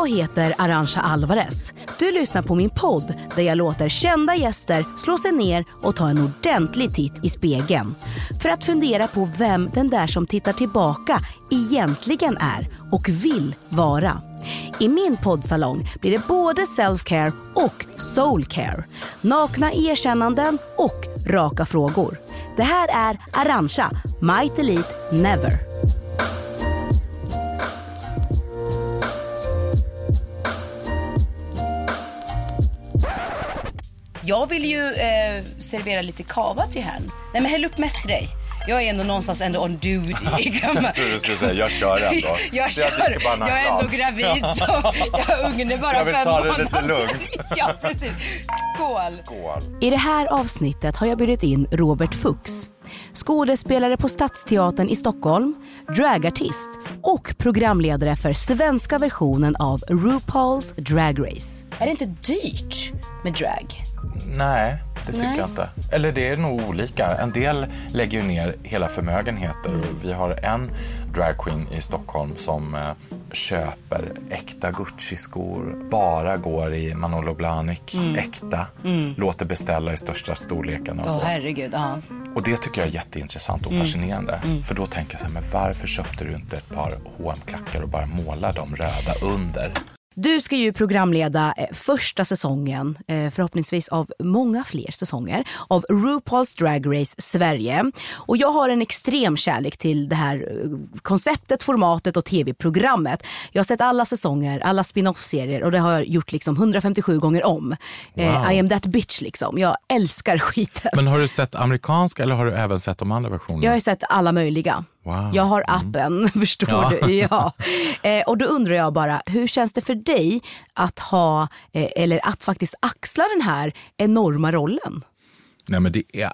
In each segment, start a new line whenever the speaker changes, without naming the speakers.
Jag heter Arantxa Alvarez. Du lyssnar på min podd där jag låter kända gäster slå sig ner och ta en ordentlig titt i spegeln. För att fundera på vem den där som tittar tillbaka egentligen är och vill vara. I min poddsalong blir det både self-care och soul-care. Nakna erkännanden och raka frågor. Det här är Arantxa, Might Elite Never. Jag vill ju servera lite kava till henne. Nej, men häll upp mest till dig. Jag är ändå någonstans on duty.
Jag kör ändå.
Jag är ändå gravid så ungen är bara 5 månader.
Jag vill ta det lite lugnt.
Ja, precis. Skål. I det här avsnittet har jag bjudit in Robert Fuchs. Skådespelare på Stadsteatern i Stockholm, dragartist och programledare för svenska versionen av RuPaul's Drag Race. Är det inte dyrt med drag?
Nej, det tycker jag inte. Eller det är nog olika. En del lägger ju ner hela förmögenheter. Vi har en dragqueen i Stockholm som köper äkta Gucci-skor. Bara går i Manolo Blahnik, äkta. Låter beställa i största storleken. Och så.
Herregud, ja.
Och det tycker jag är jätteintressant och fascinerande. För då tänker jag så här, men varför köpte du inte ett par H&M-klackar och bara målar dem röda under?
Du ska ju programleda första säsongen, förhoppningsvis av många fler säsonger, av RuPaul's Drag Race Sverige. Och jag har en extrem kärlek till det här konceptet, formatet och tv-programmet. Jag har sett alla säsonger, alla spin-off-serier och det har jag gjort liksom 157 gånger om.
Wow.
I am that bitch liksom. Jag älskar skiten.
Men har du sett amerikanska eller har du även sett de andra versionerna?
Jag har sett alla möjliga.
Wow.
Jag har appen, förstår du? Ja. Och då undrar jag bara, hur känns det för dig att ha, eller att faktiskt axla den här enorma rollen?
Nej, men det är...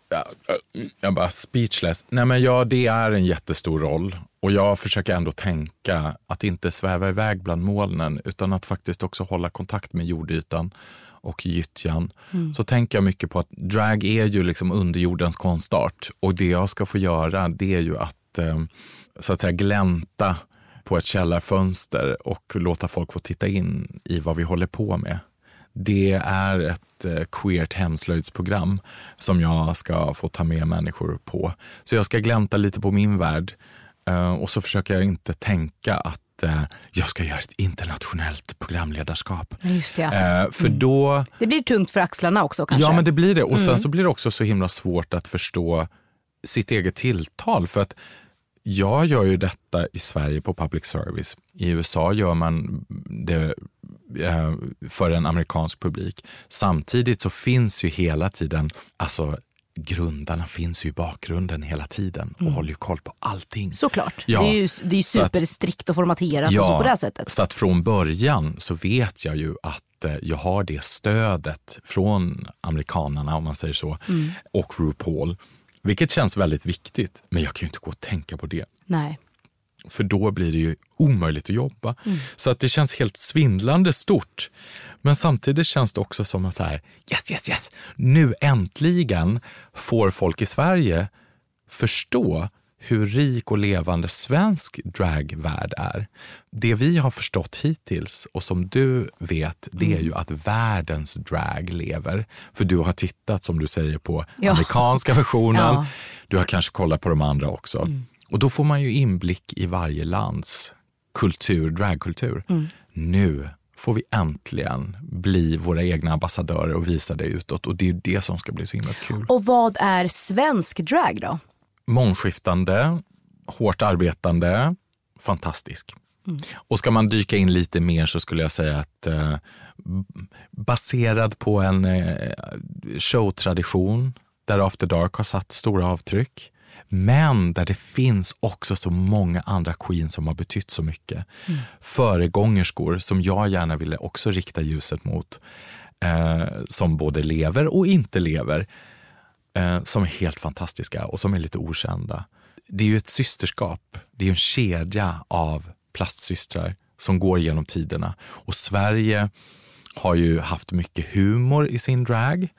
Jag bara speechless. Nej, men det är en jättestor roll. Och jag försöker ändå tänka att inte sväva iväg bland molnen utan att faktiskt också hålla kontakt med jordytan och gyttjan. Så tänker jag mycket på att drag är ju liksom underjordens konstart. Och det jag ska få göra, det är ju att så att säga glänta på ett källarfönster och låta folk få titta in i vad vi håller på med. Det är ett queert hemslöjdsprogram som jag ska få ta med människor på. Så jag ska glänta lite på min värld och så försöker jag inte tänka att jag ska göra ett internationellt programledarskap.
Just det.
För då...
Det blir tungt för axlarna också kanske.
Ja, men det blir det. Och sen så blir det också så himla svårt att förstå sitt eget tilltal. För att jag gör ju detta i Sverige på public service. I USA gör man det för en amerikansk publik. Samtidigt så finns ju hela tiden, alltså grundarna finns ju i bakgrunden hela tiden och håller ju koll på allting.
Såklart.
Ja,
det är ju superstrikt och formaterat och så på det här sättet.
Så att från början så vet jag ju att jag har det stödet från amerikanerna, om man säger så, och RuPaul. Vilket känns väldigt viktigt. Men jag kan ju inte gå och tänka på det.
Nej.
För då blir det ju omöjligt att jobba. Så att det känns helt svindlande stort. Men samtidigt känns det också som att så här, yes. Nu äntligen får folk i Sverige förstå hur rik och levande svensk dragvärld är. Det vi har förstått hittills och som du vet, det är ju att världens drag lever. För du har tittat, som du säger, på amerikanska versionen. Ja. Du har kanske kollat på de andra också. Och då får man ju inblick i varje lands kultur, dragkultur. Nu får vi äntligen bli våra egna ambassadörer och visa det utåt. Och det är ju det som ska bli så himla kul.
Och vad är svensk drag då?
Mångskiftande, hårt arbetande, fantastisk. Och ska man dyka in lite mer så skulle jag säga att baserad på en showtradition där After Dark har satt stora avtryck. Men där det finns också så många andra queens som har betytt så mycket. Föregångerskor som jag gärna ville också rikta ljuset mot. Som både lever och inte lever. Som är helt fantastiska och som är lite okända. Det är ju ett systerskap. Det är en kedja av plastsystrar som går genom tiderna. Och Sverige har ju haft mycket humor i sin drag.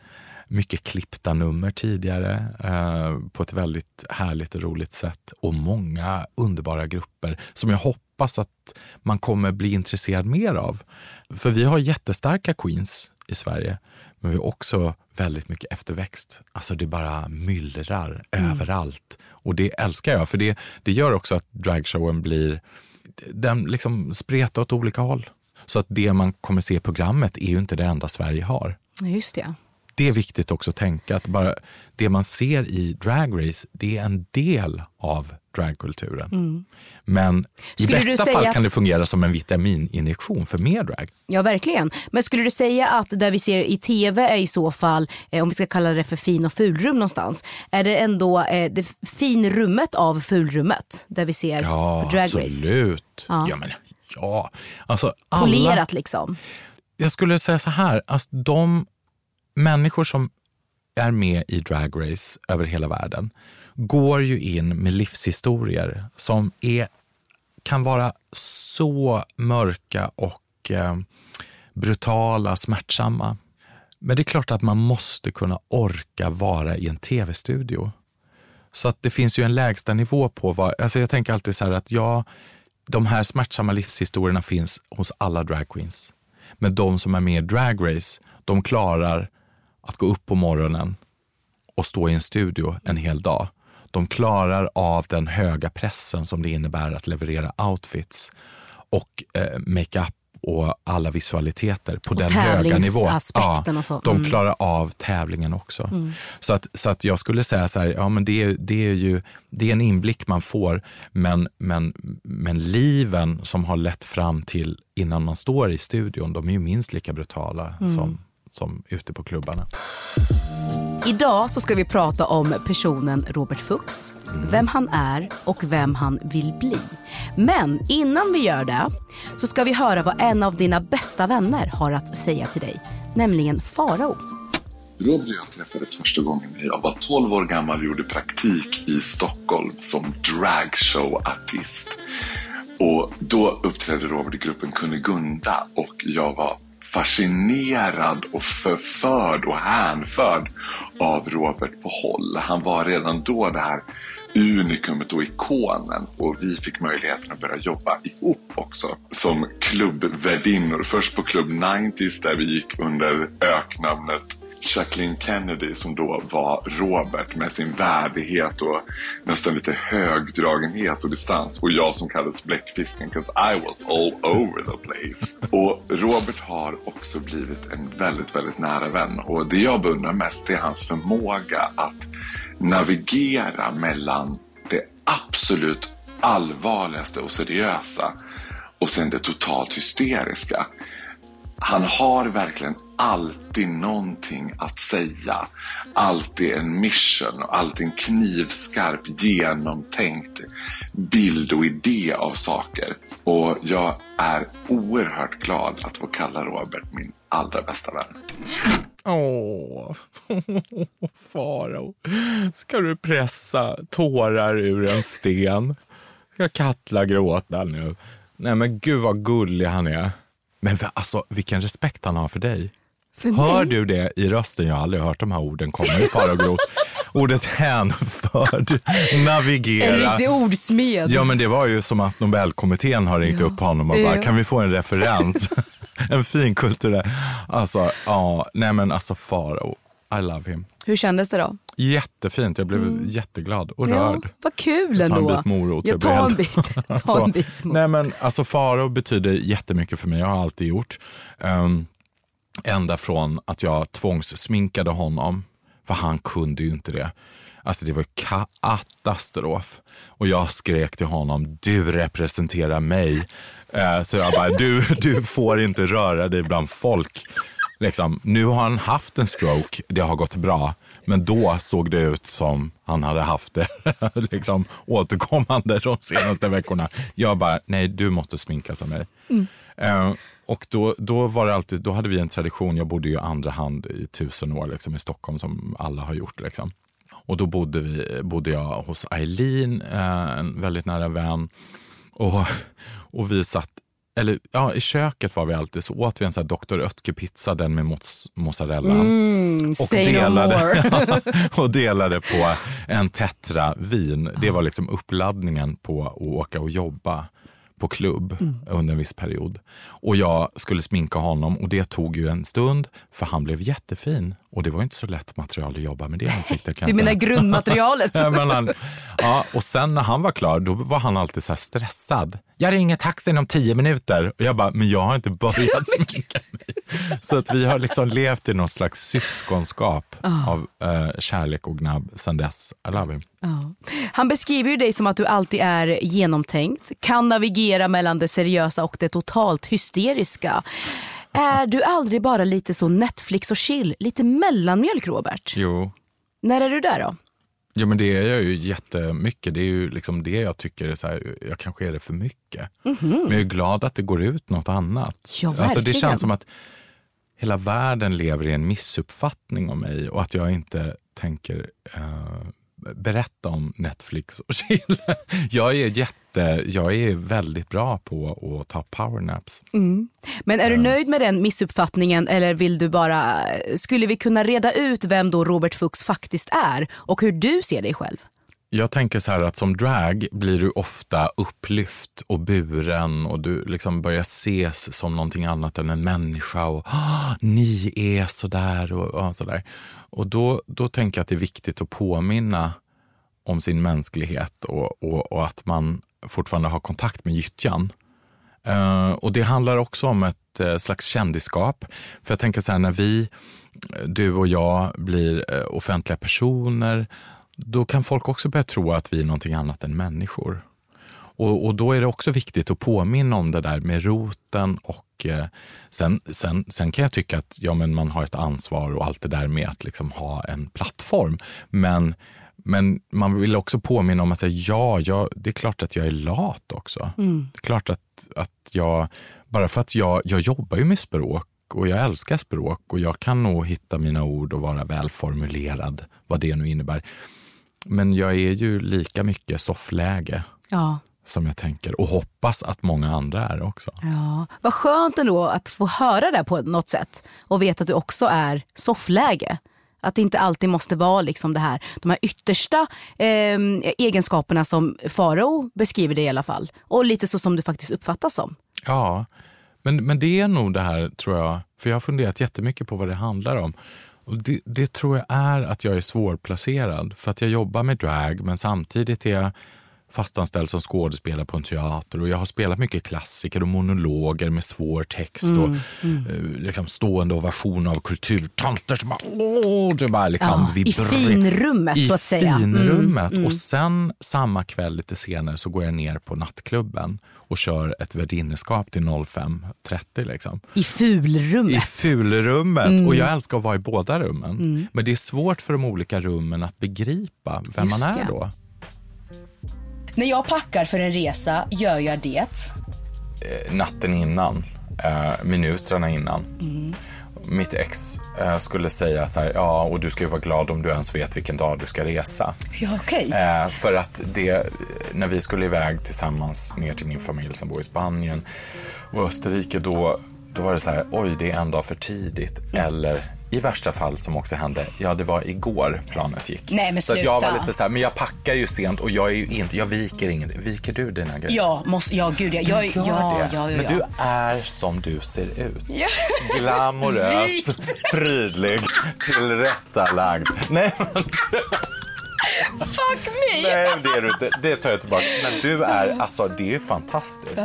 mycket klippta nummer tidigare på ett väldigt härligt och roligt sätt. Och många underbara grupper som jag hoppas att man kommer bli intresserad mer av. För vi har jättestarka queens i Sverige. Men vi har också väldigt mycket efterväxt. Alltså det bara myllrar överallt. Och det älskar jag. För det gör också att dragshowen blir... Den liksom spretar åt olika håll. Så att det man kommer se i programmet är ju inte det enda Sverige har.
Just det.
Det är viktigt också att tänka att bara det man ser i Drag Race, det är en del av dragkulturen. Men i bästa fall kan det fungera som en vitamininjektion för mer drag.
Ja, verkligen. Men skulle du säga att där vi ser i tv är i så fall, om vi ska kalla det för fin- och fulrum någonstans, är det ändå det finrummet av fulrummet där vi ser på Drag Race?
Absolut. Ja. Alltså,
polerat liksom.
Jag skulle säga så här, alltså de människor som är med i Drag Race över hela världen går ju in med livshistorier som kan vara så mörka och brutala, smärtsamma. Men det är klart att man måste kunna orka vara i en tv-studio. Så att det finns ju en lägsta nivå på alltså jag tänker alltid så här att de här smärtsamma livshistorierna finns hos alla drag queens. Men de som är med i Drag Race, de klarar att gå upp på morgonen och stå i en studio en hel dag. De klarar av den höga pressen som det innebär att leverera outfits och make-up och alla visualiteter på och den höga nivån.
Och så.
De klarar av tävlingen också. Så att jag skulle säga så här, men det är en inblick man får, men liven som har lett fram till innan man står i studion, de är ju minst lika brutala som ute på klubbarna.
Idag så ska vi prata om personen Robert Fuchs, vem han är och vem han vill bli. Men innan vi gör det så ska vi höra vad en av dina bästa vänner har att säga till dig, nämligen Farao.
Robert och jag träffades första gången när jag var 12 år gammal och gjorde praktik i Stockholm som dragshowartist. Och då uppträdde Robert i gruppen Kunigunda och jag var fascinerad och förförd och hänförd av Robert på håll. Han var redan då det här unikumet och ikonen och vi fick möjligheten att börja jobba ihop också som klubbvärdinnor. Först på Club 90s där vi gick under öknamnet Jacqueline Kennedy som då var Robert med sin värdighet och nästan lite högdragenhet och distans och jag som kallades bläckfisken because I was all over the place. Och Robert har också blivit en väldigt, väldigt nära vän och det jag beundrar mest är hans förmåga att navigera mellan det absolut allvarligaste och seriösa och sen det totalt hysteriska. Han har verkligen alltid någonting att säga. Alltid en mission och alltid en knivskarp, genomtänkt bild och idé av saker. Och jag är oerhört glad att få kalla Robert min allra bästa vän.
Farao. Ska du pressa tårar ur en sten? Ska Katla gråta nu? Nej men gud vad gullig han är. Men alltså, vilken respekt han har för dig. Hör du det i rösten? Jag har aldrig hört de här orden komma i Farao Groth. Ordet hänförd, navigera.
En riktig ordsmed.
Ja, men det var ju som att Nobelkommittén har ringt upp honom och bara, kan vi få en referens? En fin kulturell. Alltså, alltså Farao. I love him.
Hur kändes det då?
Jättefint, jag blev jätteglad och rörd.
Vad kul ändå.
Ta en bit morot.
Jag tar en bit morot.
Nej men alltså Farao betyder jättemycket för mig, jag har alltid gjort. Ända från att jag tvångssminkade honom, för han kunde ju inte det. Alltså det var katastrof. Och jag skrek till honom, du representerar mig. Så jag bara, du får inte röra dig bland folk. Liksom, nu har han haft en stroke, det har gått bra. Men då såg det ut som han hade haft det liksom, återkommande de senaste veckorna. Jag bara, nej du måste sminkas av mig. Och då var det alltid, då hade vi en tradition, jag bodde ju andra hand i 1000 år liksom, i Stockholm som alla har gjort. Liksom. Och då bodde jag hos Eileen, en väldigt nära vän. Och vi satt eller ja, i köket var vi alltid så åt vi en sån här Dr. Oetker-pizza, den med mozzarella. Och delade på en tetra vin. Det var liksom uppladdningen på att åka och jobba på klubb under en viss period. Och jag skulle sminka honom och det tog ju en stund för han blev jättefin. Och det var inte så lätt material att jobba med det ansiktet.
Du menar grundmaterialet?
Och sen när han var klar då var han alltid så här stressad. Jag ringer taxin om 10 minuter. Och jag bara, men jag har inte börjat sminka mig. Så att vi har liksom levt i någon slags syskonskap av kärlek och gnabb sedan dess. I love him.
Han beskriver ju dig som att du alltid är genomtänkt, kan navigera mellan det seriösa och det totalt hysteriska. Är du aldrig bara lite så Netflix och chill, lite mellanmjölk, Robert?
Jo.
När är du där då?
Ja, men det är jag ju jättemycket. Det är ju liksom det jag tycker är så här, jag kanske är det för mycket. Men jag är glad att det går ut något annat.
Ja, verkligen.
Alltså det känns som att hela världen lever i en missuppfattning om mig och att jag inte tänker berätta om Netflix och chill. Jag är väldigt bra på att ta powernaps.
Men är du nöjd med den missuppfattningen eller vill du bara, skulle vi kunna reda ut vem då Robert Fuchs faktiskt är och hur du ser dig själv?
Jag tänker så här att som drag blir du ofta upplyft och buren och du liksom börjar ses som någonting annat än en människa och ni är sådär och sådär. Och då tänker jag att det är viktigt att påminna om sin mänsklighet och att man fortfarande har kontakt med gyttjan. Och det handlar också om ett slags kändisskap. För jag tänker så här, när du och jag blir offentliga personer, då kan folk också börja tro att vi är någonting annat än människor. Och då är det också viktigt att påminna om det där med roten och sen kan jag tycka att men man har ett ansvar och allt det där med att liksom ha en plattform. Men man vill också påminna om att säga, det är klart att jag är lat också. Det är klart att jag, bara för att jag jobbar ju med språk och jag älskar språk och jag kan nog hitta mina ord och vara välformulerad, vad det nu innebär. Men jag är ju lika mycket soffläge som jag tänker och hoppas att många andra är också. Ja,
vad skönt ändå att få höra det på något sätt och veta att du också är soffläge. Att det inte alltid måste vara liksom de här yttersta egenskaperna som Farao beskriver det i alla fall. Och lite så som du faktiskt uppfattas som.
Ja, men det är nog det här tror jag. För jag har funderat jättemycket på vad det handlar om. Och det tror jag är att jag är svårplacerad. För att jag jobbar med drag men samtidigt är jag fastanställd som skådespelare på en teater och jag har spelat mycket klassiker och monologer med svår text och liksom stående ovation av kulturtanter som bara liksom
i finrummet så att säga.
I finrummet. Och sen samma kväll lite senare så går jag ner på nattklubben och kör ett värdinneskap till 05:30 liksom.
I fulrummet.
I fulrummet. Och jag älskar att vara i båda rummen. Men det är svårt för de olika rummen att begripa vem man är då.
När jag packar för en resa gör jag det
natten innan, minuterna innan. Mitt ex skulle säga så här, och du ska ju vara glad om du ens vet vilken dag du ska resa.
Ja, okej.
För att när vi skulle iväg tillsammans ner till min familj som bor i Spanien och Österrike, då var det så här, oj det är en dag för tidigt. Eller i värsta fall som också hände, det var igår planet gick.
Nej, men
så att jag var lite så här, men jag packar ju sent och jag är ju inte, jag viker inget. Viker du dina grejer?
Ja, gud ja.
Men du är som du ser ut. Ja. Glamorös, prydlig, tillrättalagd. Nej, men
fuck me.
Nej, det är du inte. Det tar jag tillbaka. Men du är, alltså det är fantastiskt.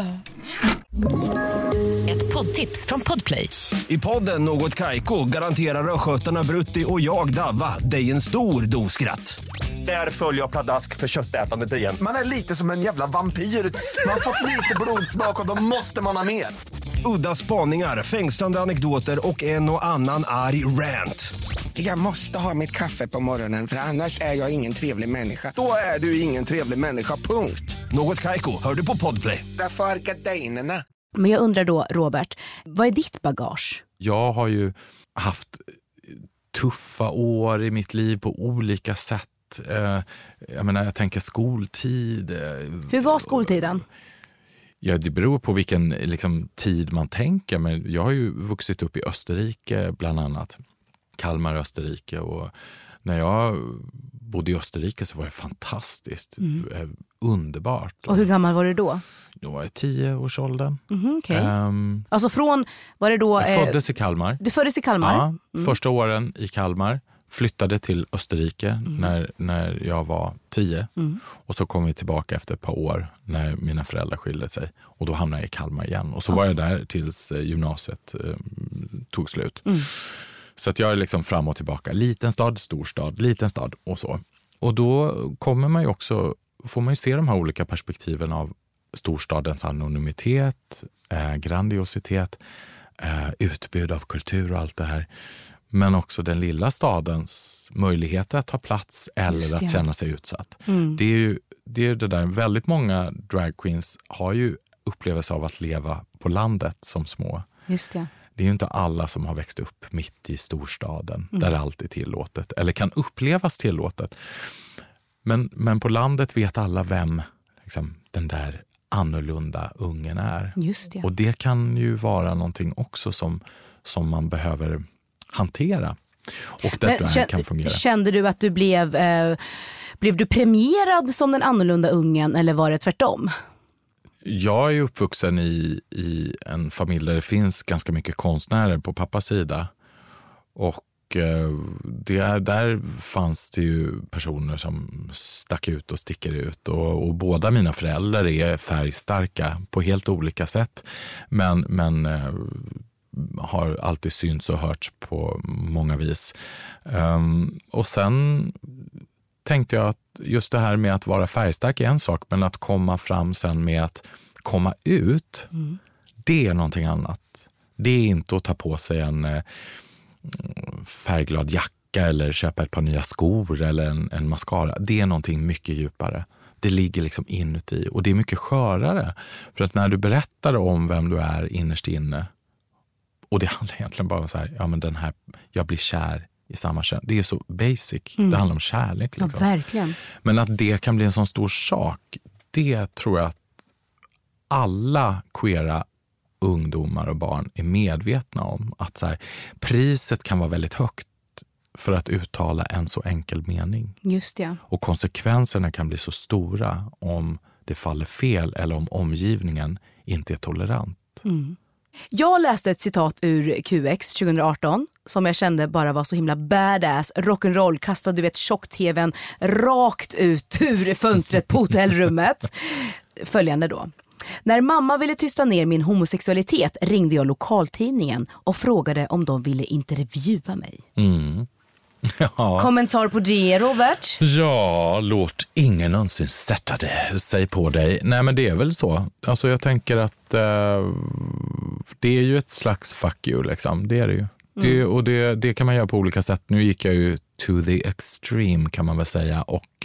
Ett poddtips från Podplay.
I podden Något Kaiko garanterar röskötarna Brutti och jag Davva dig en stor doskratt. Där följer jag pladask för köttätandet igen.
Man är lite som en jävla vampyr. Man har fått lite blodsmak och då måste man ha mer.
Udda spaningar, fängslande anekdoter och en och annan arg rant.
Jag måste ha mitt kaffe på morgonen för annars är jag ingen trevlig människa. Då är du ingen trevlig människa, punkt.
Något Kaiko, hör du på Podplay.
Därför är gardinerna.
Men jag undrar då, Robert, vad är ditt bagage?
Jag har ju haft tuffa år i mitt liv på olika sätt. Jag tänker skoltid.
Hur var skoltiden?
Ja, det beror på vilken liksom, tid man tänker. Men jag har ju vuxit upp i Österrike bland annat. Kalmar, Österrike. Och när jag bodde i Österrike så var det fantastiskt. Underbart.
Och hur gammal var du då?
Då var jag 10-årsåldern.
Okay. Alltså från, var det då...
Jag föddes i Kalmar.
Du föddes i Kalmar?
Ja, första åren i Kalmar. Flyttade till Österrike när jag var 10. Och så kom vi tillbaka efter ett par år när mina föräldrar skilde sig. Och då hamnade jag i Kalmar igen. Och så var jag där tills gymnasiet tog slut. Så att jag är liksom fram och tillbaka. Liten stad, storstad, liten stad och så. Och då kommer man ju också, får man ju se de här olika perspektiven av storstadens anonymitet, grandiositet, utbud av kultur och allt det här. Men också den lilla stadens möjligheter att ta plats eller att känna sig utsatt. Det är det där, väldigt många dragqueens har ju upplevelse av att leva på landet som små.
Just det.
Det är ju inte alla som har växt upp mitt i storstaden där allt är tillåtet eller kan upplevas tillåtet. Men på landet vet alla vem liksom, den där annorlunda ungen är.
Just det.
Och det kan ju vara någonting också som man behöver hantera. Och det kan fungera.
Kände du att du blev du premierad som den annorlunda ungen eller var det tvärtom?
Jag är uppvuxen i en familj där det finns ganska mycket konstnärer på pappas sida. Och där fanns det ju personer som stack ut och sticker ut. Och båda mina föräldrar är färgstarka på helt olika sätt. Men har alltid synts och hörts på många vis. Och sen tänkte jag att just det här med att vara färgstark är en sak, men att komma fram sen med att komma ut, det är någonting annat. Det är inte att ta på sig en färgglad jacka eller köpa ett par nya skor eller en mascara. Det är någonting mycket djupare. Det ligger liksom inuti och det är mycket skörare. För att när du berättar om vem du är innerst inne, och det handlar egentligen bara om så här, ja men den här, jag blir kär i samma kön. Det är så basic. Det handlar om kärlek. Liksom.
Ja, verkligen.
Men att det kan bli en sån stor sak, det tror jag att alla queera ungdomar och barn är medvetna om. Att så här, priset kan vara väldigt högt för att uttala en så enkel mening.
Just det. Och
konsekvenserna kan bli så stora om det faller fel eller om omgivningen inte är tolerant.
Jag läste ett citat ur QX 2018 som jag kände bara var så himla badass. Rock'n'roll, kastade du vet tjock-tvn rakt ut ur fönstret på hotellrummet. Följande då. När mamma ville tysta ner min homosexualitet ringde jag lokaltidningen och frågade om de ville intervjua mig.
Ja.
Kommentar på det, Robert?
Ja, låt ingen någonsin sätta sig på dig. Nej, men det är väl så. Alltså jag tänker att det är ju ett slags fuck you liksom. Det är det ju. Det kan man göra på olika sätt. Nu gick jag ju to the extreme kan man väl säga och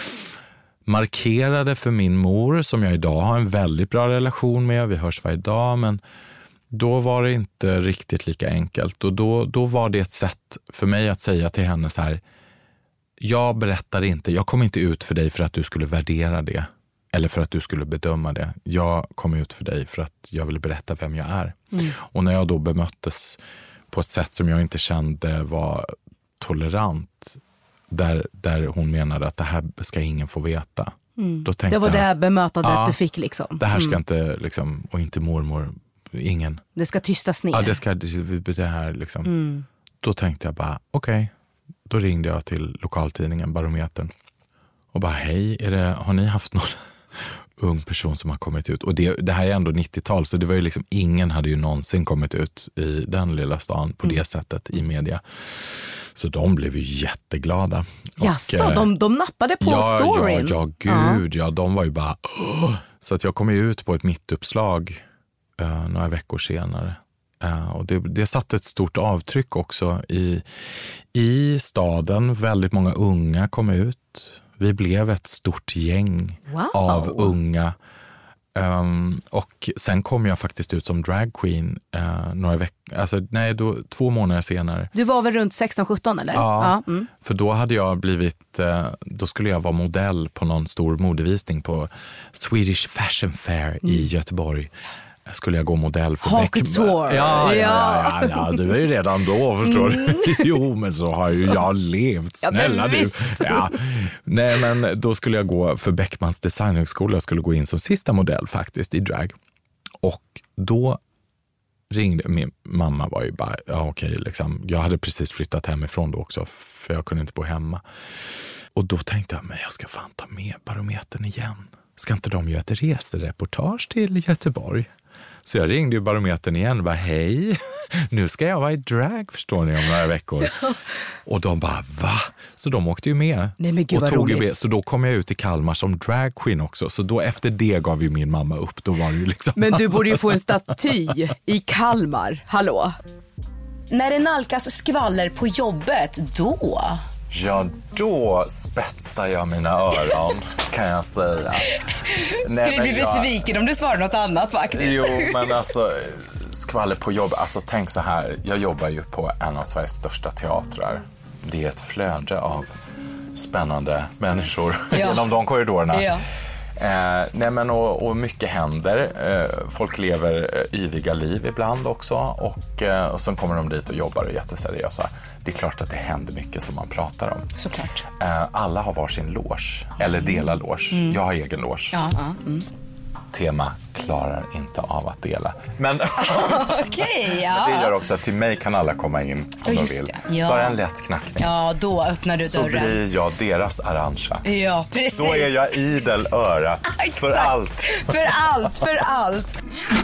markerade för min mor som jag idag har en väldigt bra relation med. Vi hörs varje dag, men då var det inte riktigt lika enkelt. Och då var det ett sätt för mig att säga till henne så här: jag berättade inte, jag kom inte ut för dig för att du skulle värdera det. Eller för att du skulle bedöma det. Jag kom ut för dig för att jag ville berätta vem jag är. Och när jag då bemöttes på ett sätt som jag inte kände var tolerant, där hon menade att det här ska ingen få veta. Då tänkte
det var det här bemötandet du fick liksom.
Det här ska inte liksom, och inte mormor, ingen.
Det ska tystas ner.
Ja, det här liksom. Då tänkte jag bara, okej. Då ringde jag till lokaltidningen Barometern och bara, hej, har ni haft någon ung person som har kommit ut? Och det här är ändå 90-tal, så det var ju liksom, ingen hade ju någonsin kommit ut i den lilla stan på det sättet i media. Så de blev ju jätteglada.
Jaså, de nappade på storyn?
Ja, gud. Ja, de var ju bara... Så att jag kom ju ut på ett mittuppslag några veckor senare. Och det satte ett stort avtryck också i staden. Väldigt många unga kom ut. Vi blev ett stort gäng av unga Och sen kom jag faktiskt ut som dragqueen några veckor, alltså 2 månader senare.
Du var väl runt 16-17 eller?
Ja, för då hade jag blivit, då skulle jag vara modell på någon stor modevisning på Swedish Fashion Fair i Göteborg. Skulle jag gå modell för
Couture.
Ja, du är ju redan då, förstår du. Jo, men så har ju jag levt. Snälla du. Ja. Nej, men då skulle jag gå för Beckmans designhögskola. Jag skulle gå in som sista modell faktiskt i drag. Och då ringde min mamma, var ju bara, okej, liksom. Jag hade precis flyttat hemifrån då också, för jag kunde inte bo hemma. Och då tänkte jag, men jag ska fan ta med Barometern igen. Ska inte de göra ett resereportage till Göteborg? Så jag ringde ju Barometern igen och bara, hej, nu ska jag vara i drag, förstår ni, om några veckor. Och de bara, va? Så de åkte ju med.
Nej, men gud, vad roligt.
Så då kom jag ut i Kalmar som dragqueen också. Så då efter det gav ju min mamma upp. Då var det ju liksom,
men du borde ju få en staty i Kalmar, hallå? När det nalkas skvaller på jobbet, då...
Ja, då spetsar jag mina öron, kan jag säga.
Skulle bli besviken om du svarar något annat faktiskt.
Jo, men alltså, skvaller på jobb. Alltså tänk så här, jag jobbar ju på en av Sveriges största teatrar. Det är ett flöde av spännande människor genom de korridorerna. Ja. Nej, men och mycket händer. Folk lever yviga liv ibland också. Och sen kommer de dit och jobbar och är jätteseriösa. Det är klart att det händer mycket som man pratar om.
Såklart.
Alla har varsin loge. Eller delar loge. Jag har egen loge. Tema klarar inte av att dela. Men
okay, ja.
Det gör också att till mig kan alla komma in om de vill. Ja. Bara en lätt knackning.
Ja, då öppnar du dörren.
Så blir jag deras arrangea.
Ja, precis.
Då är jag idel öra för allt.
För allt.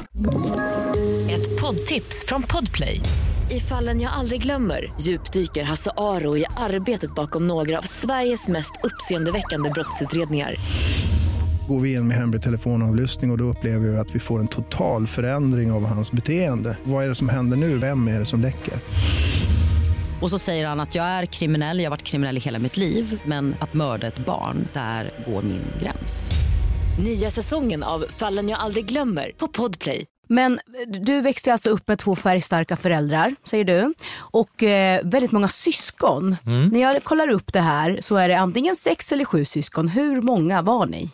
Ett poddtips från Podplay. I Fallen jag aldrig glömmer djupdyker Hasse Aro i arbetet bakom några av Sveriges mest uppseendeväckande brottsutredningar.
Går vi in med hemlig telefonavlyssning och då upplever vi att vi får en total förändring av hans beteende. Vad är det som händer nu? Vem är det som läcker?
Och så säger han att jag är kriminell, jag har varit kriminell i hela mitt liv. Men att mörda ett barn, där går min gräns.
Nya säsongen av Fallen jag aldrig glömmer på Podplay.
Men du växte alltså upp med 2 färgstarka föräldrar, säger du. Och väldigt många syskon. När jag kollar upp det här så är det antingen 6 eller 7 syskon. Hur många var ni?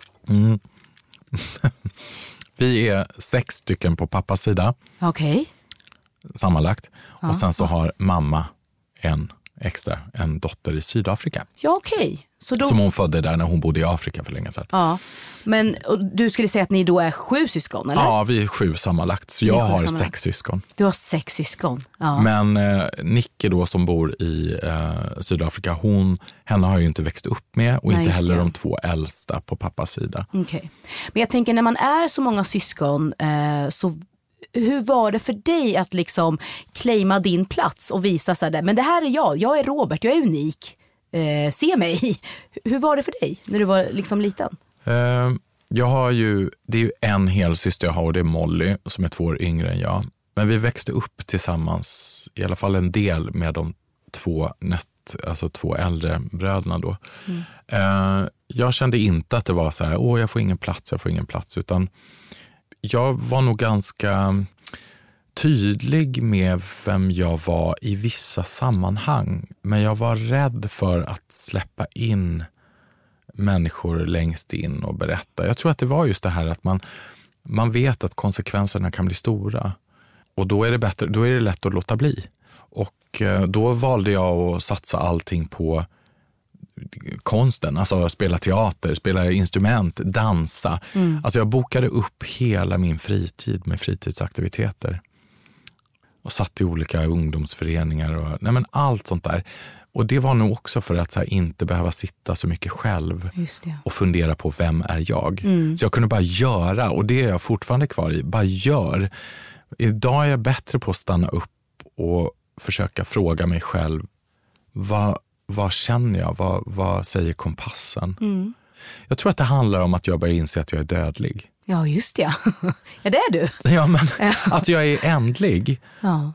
Vi är 6 stycken på pappas sida.
Okej.
Sammanlagt. Och sen så har mamma en dotter i Sydafrika.
Ja, okej. Så då...
Som hon födde där när hon bodde i Afrika för länge sedan.
Ja, men du skulle säga att ni då är 7 syskon, eller?
Ja, vi är 7 sammanlagt. Så jag har 6 syskon.
Du har 6 syskon, ja.
Men Nicke då som bor i Sydafrika, henne har ju inte växt upp med. Och inte heller de 2 äldsta på pappas sida.
Okej. Men jag tänker, när man är så många syskon så... Hur var det för dig att liksom claima din plats och visa så här, men det här är jag är Robert, jag är unik, se mig. Hur var det för dig när du var liksom liten?
Jag har ju, det är ju en hel syster jag har och det är Molly som är 2 år yngre än jag. Men vi växte upp tillsammans, i alla fall en del med de 2 äldre bröderna då. Jag kände inte att det var så här, jag får ingen plats, utan jag var nog ganska tydlig med vem jag var i vissa sammanhang. Men jag var rädd för att släppa in människor längst in och berätta. Jag tror att det var just det här att man vet att konsekvenserna kan bli stora. Och då är det lätt att låta bli. Och då valde jag att satsa allting på konsten, alltså spela teater, spela instrument, dansa. Alltså jag bokade upp hela min fritid med fritidsaktiviteter. Och satt i olika ungdomsföreningar och allt sånt där. Och det var nog också för att inte behöva sitta så mycket själv och fundera på vem är jag. Så jag kunde bara göra, och det är jag fortfarande kvar i, bara gör. Idag är jag bättre på att stanna upp och försöka fråga mig själv, vad känner jag? Vad säger kompassen? Jag tror att det handlar om att jag börjar inse att jag är dödlig.
Ja, just ja. Ja, det är du.
Ja, men att jag är ändlig.
Ja.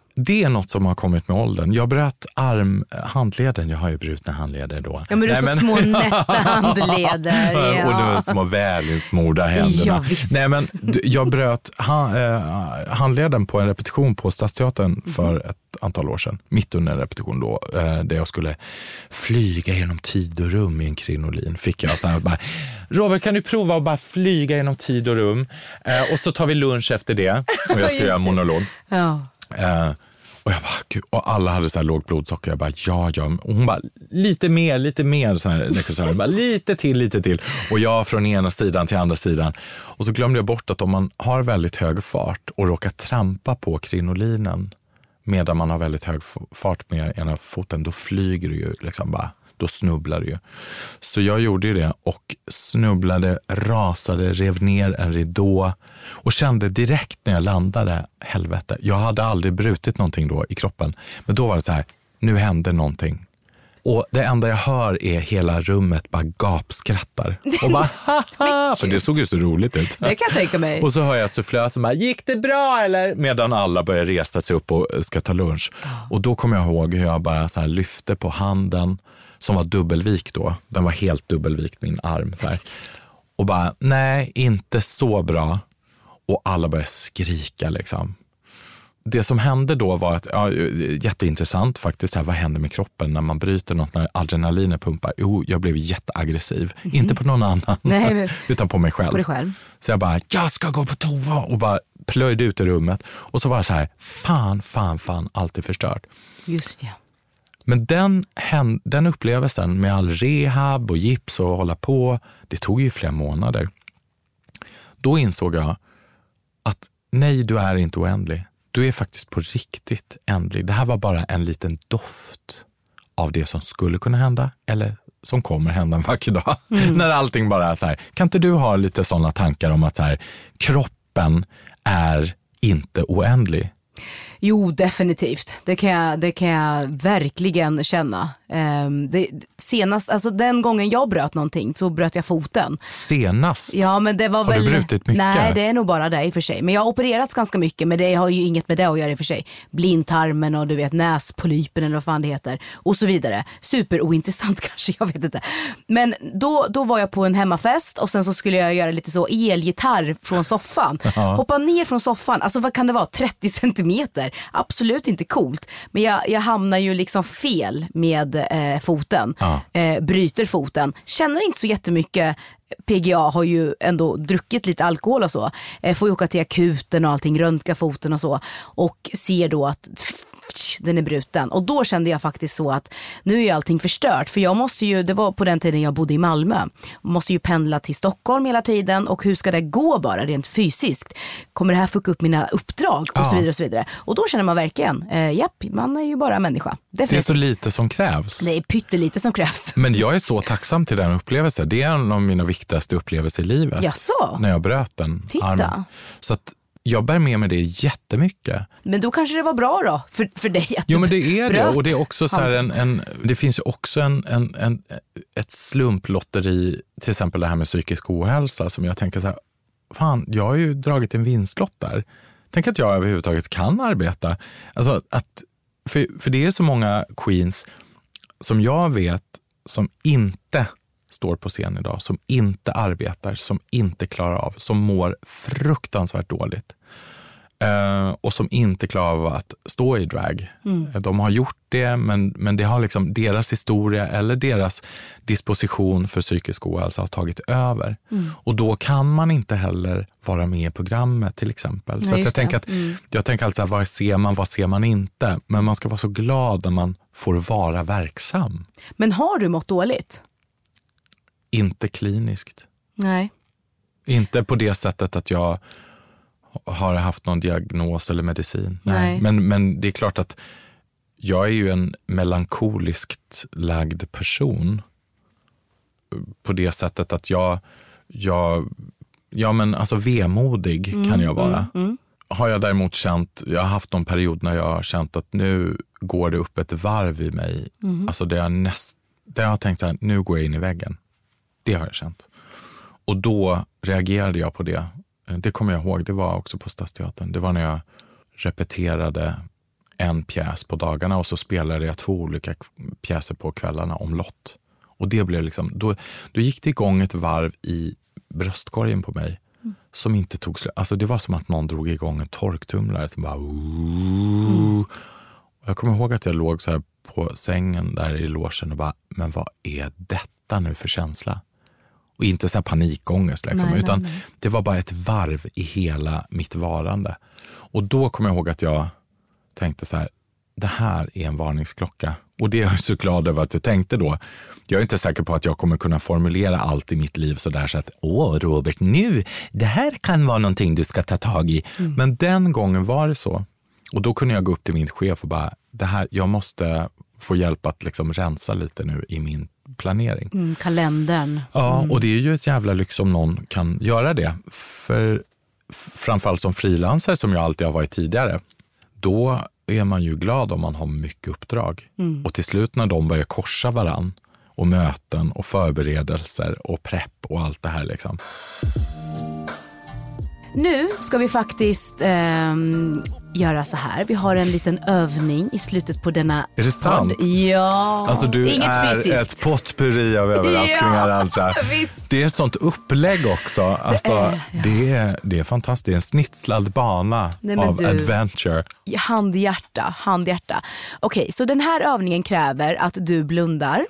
det är något som har kommit med åldern. Jag bröt handleden. Jag har ju brutna handleder då.
Ja, men du är så små nätta handleder. Ja.
Och de små välinsmorda händerna.
Ja, visst.
Nej, men jag bröt handleden på en repetition på Stadsteatern för ett antal år sedan. Mitt under en repetition då, där jag skulle flyga genom tid och rum i en krinolin. Fick jag så här bara, Robert, kan du prova att bara flyga genom tid och rum? Och så tar vi lunch efter det. Och jag ska göra en monolog.
Ja.
Och jag bara, gud, och alla hade så här lågt blodsocker. Jag bara, ja. Och hon bara, lite mer så här, bara, lite till. Och jag från ena sidan till andra sidan. Och så glömde jag bort att om man har väldigt hög fart och råkar trampa på krinolinen medan man har väldigt hög fart med ena foten, då flyger du ju liksom bara. Då snubblar du ju. Så jag gjorde ju det och snubblade, rasade, rev ner en ridå och kände direkt när jag landade, helvete. Jag hade aldrig brutit någonting då i kroppen. Men då var det så här, nu hände någonting. Och det enda jag hör är hela rummet bara gapskrattar. Och bara, haha, för det såg ju så roligt ut.
Det kan jag tänka mig.
Och så hör jag sufflösen som bara, gick det bra eller? Medan alla börjar resa sig upp och ska ta lunch. Och då kommer jag ihåg hur jag bara så här lyfte på handen som var dubbelvikt då. Den var helt dubbelvikt, min arm. Så här. Och bara, nej, inte så bra. Och alla började skrika liksom. Det som hände då var att, jätteintressant faktiskt, här, vad händer med kroppen när man bryter något, när adrenalinet pumpar? Jo, jag blev jätteaggressiv. Inte på någon annan, utan på mig själv.
På dig själv.
Så jag bara, jag ska gå på toa och bara plöjde ut i rummet. Och så var det så här, fan, allt är förstört.
Just det.
Men den upplevelsen med all rehab och gips och hålla på, det tog ju flera månader. Då insåg jag att nej, du är inte oändlig. Du är faktiskt på riktigt ändlig. Det här var bara en liten doft av det som skulle kunna hända eller som kommer hända en vacker dag. När allting bara är så här. Kan inte du ha lite sådana tankar om att så här, kroppen är inte oändlig?
Jo, definitivt. Det kan jag verkligen känna. Senast, alltså den gången jag bröt någonting så bröt jag foten.
Senast?
Ja, men det var
har
väl...
du brutit mycket?
Nej, det är nog bara det i och för sig. Men jag har opererats ganska mycket, men det har ju inget med det att göra i och för sig. Blindtarmen och du vet näspolypen eller vad fan det heter. Och så vidare. Superointressant kanske, jag vet inte. Men då var jag på en hemmafest och sen så skulle jag göra lite så elgitarr från soffan. Hoppa ner från soffan, alltså vad kan det vara? 30 centimeter. Absolut inte coolt. Men jag hamnar ju liksom fel med foten. Bryter foten. Känner inte så jättemycket. PGA har ju ändå druckit lite alkohol och så. Får ju åka till akuten och allting, röntga foten och så. Och ser då att den är bruten. Och då kände jag faktiskt så att nu är allting förstört. För jag måste ju, det var på den tiden jag bodde i Malmö. Måste ju pendla till Stockholm hela tiden. Och hur ska det gå bara rent fysiskt? Kommer det här fucka upp mina uppdrag? Och så vidare och så vidare. Och då känner man verkligen, man är ju bara människa. Definitivt.
Det är så lite som krävs.
Det är pyttelite som krävs.
Men jag är så tacksam till den upplevelsen. Det är en av mina viktigaste upplevelser i livet.
Jaså?
När jag bröt den armen. Så att jag bär med mig det jättemycket.
Men då kanske det var bra då för dig att
jo, men det är
bröt.
det. Och det är också så här det finns ju också ett slumplotteri, till exempel det här med psykisk ohälsa, som jag tänker så här, fan, jag har ju dragit en vinstlott där. Tänk att jag överhuvudtaget kan arbeta. Alltså att, för det är så många queens som jag vet som inte står på scen idag, som inte arbetar, som inte klarar av, som mår fruktansvärt dåligt. Och som inte klarar av att stå i drag. De har gjort det, men det har liksom deras historia eller deras disposition för psykisk ohälsa har tagit över. Och då kan man inte heller vara med i programmet till exempel. Nej, så att jag tänker alltså, vad ser man inte? Men man ska vara så glad när man får vara verksam.
Men har du mått dåligt?
Inte kliniskt.
Nej.
Inte på det sättet att jag har haft någon diagnos eller medicin. Nej. Men det är klart att jag är ju en melankoliskt lagd person. På det sättet att alltså vemodig kan jag vara. Har jag däremot känt, jag har haft någon period när jag har känt att nu går det upp ett varv i mig. Alltså det jag har tänkt så här, nu går jag in i väggen. Det har jag känt. Och då reagerade jag på det. Det kommer jag ihåg, det var också på Stadsteatern. Det var när jag repeterade en pjäs på dagarna och så spelade jag 2 olika pjäser på kvällarna om lott. Och det blev liksom, då gick det igång ett varv i bröstkorgen på mig som inte tog slut. Alltså det var som att någon drog igång en torktumlare som bara Jag kommer ihåg att jag låg så här på sängen där i logen och bara, men vad är detta nu för känsla? Och inte så här panikångest liksom, utan det var bara ett varv i hela mitt varande. Och då kommer jag ihåg att jag tänkte så här, det här är en varningsklocka. Och det är jag så glad över att jag tänkte då. Jag är inte säker på att jag kommer kunna formulera allt i mitt liv så där så att, Robert, nu, det här kan vara någonting du ska ta tag i. Men den gången var det så. Och då kunde jag gå upp till min chef och bara, det här, jag måste få hjälp att liksom rensa lite nu i min planering.
Kalendern.
Ja, och det är ju ett jävla lyx om någon kan göra det. För framförallt som frilansare, som jag alltid har varit tidigare, då är man ju glad om man har mycket uppdrag. Och till slut när de börjar korsa varann och möten och förberedelser och prepp och allt det här liksom.
Nu ska vi faktiskt göra så här. Vi har en liten övning i slutet på denna.
Är det sant?
Ja.
Alltså du
inget
är
fysiskt.
ett potpurri av överraskningar.
Ja,
alltså. Det är ett sånt upplägg också. Alltså, det är fantastiskt. En snitslad bana av adventure. Handhjärta.
Okej, så den här övningen kräver att du blundar.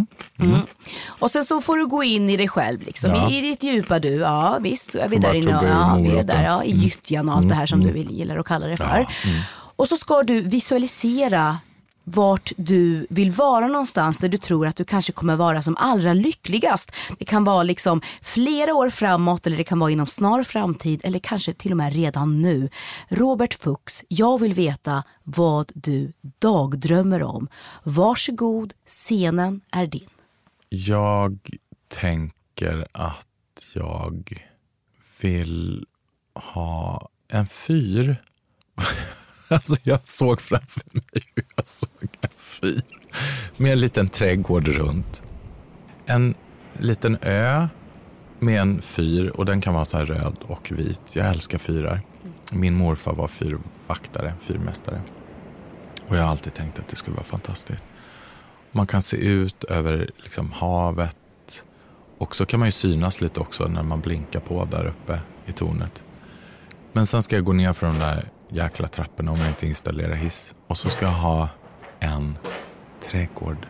Och sen så får du gå in i dig själv liksom. I ditt djupa du. Ja, visst. Är vi där inne? Ja, vi är där. I gyttjan och allt det här som du gillar att kalla det för. Och så ska du visualisera vart du vill vara någonstans där du tror att du kanske kommer vara som allra lyckligast. Det kan vara liksom flera år framåt, eller det kan vara inom snar framtid, eller kanske till och med redan nu. Robert Fuchs, jag vill veta vad du dagdrömmer om. Varsågod, scenen är din. Jag
tänker att jag vill ha en fyr. Alltså jag såg framför mig hur jag såg en fyr med en liten trädgård runt. En liten ö med en fyr, och den kan vara så här röd och vit. Jag älskar fyrar. Min morfar var fyrmästare. Och jag har alltid tänkt att det skulle vara fantastiskt. Man kan se ut över liksom havet. Och så kan man ju synas lite också när man blinkar på där uppe i tornet. Men sen ska jag gå ner för de där jäkla trapporna om jag inte installerar hiss. Och så ska jag ha en trädgård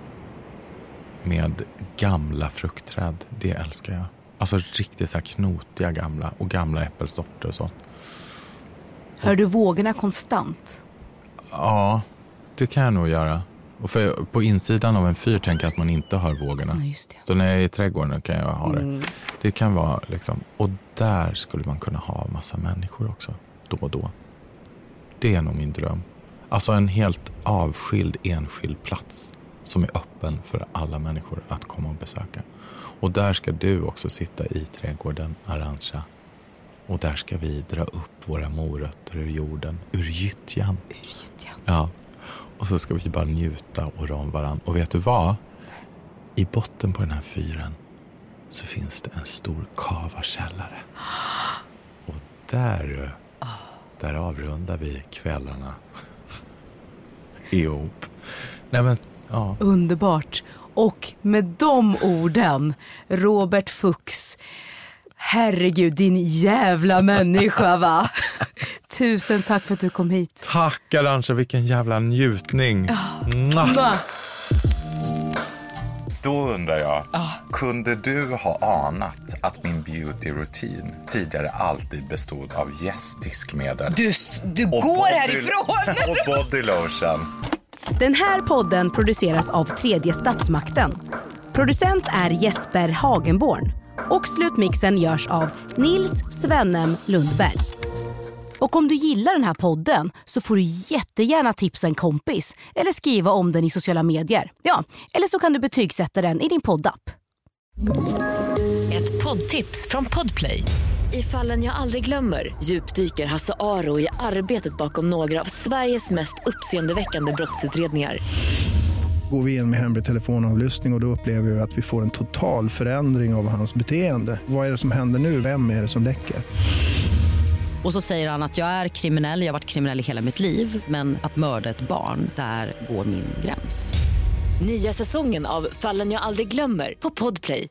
med gamla fruktträd. Det älskar jag. Alltså riktigt så här knotiga gamla och gamla äppelsorter och sånt.
Hör du vågorna konstant?
Ja, det kan jag nog göra. Och för på insidan av en fyr tänker jag att man inte hör vågorna.
Ja, just det.
Så när jag är i trädgården kan jag ha det. Det kan vara liksom, och där skulle man kunna ha massa människor också, då och då. Det är nog min dröm. Alltså en helt avskild, enskild plats som är öppen för alla människor att komma och besöka. Och där ska du också sitta i trädgården, Arantxa. Och där ska vi dra upp våra morötter ur jorden, ur gyttjan. Ja. Och så ska vi bara njuta och om varandra. Och vet du vad? I botten på den här fyren så finns det en stor kavakällare. Och där avrundar vi kvällarna ihop. Nej, men, ja.
Underbart. Och med de orden, Robert Fuchs, herregud, din jävla människa, va? Tusen tack för att du kom hit.
Tack, Arantxa, vilken jävla njutning. Då undrar jag, kunde du ha anat att min beauty-rutin tidigare alltid bestod av gästdiskmedel?
Du går härifrån!
Och body lotion.
Den här podden produceras av Tredje Statsmakten. Producent är Jesper Hagenborn. Och slutmixen görs av Nils Svennem Lundberg. Och om du gillar den här podden så får du jättegärna tipsa en kompis eller skriva om den i sociala medier. Ja, eller så kan du betygsätta den i din poddapp.
Ett poddtips från Podplay. I Fallen jag aldrig glömmer djupdyker Hasse Aro i arbetet bakom några av Sveriges mest uppseendeväckande brottsutredningar.
Går vi in med hemlig telefonavlyssning och då upplever vi att vi får en total förändring av hans beteende. Vad är det som händer nu? Vem är det som läcker?
Och så säger han att jag är kriminell, jag har varit kriminell i hela mitt liv. Men att mörda ett barn, där går min gräns.
Nya säsongen av Fallen jag aldrig glömmer på Podplay.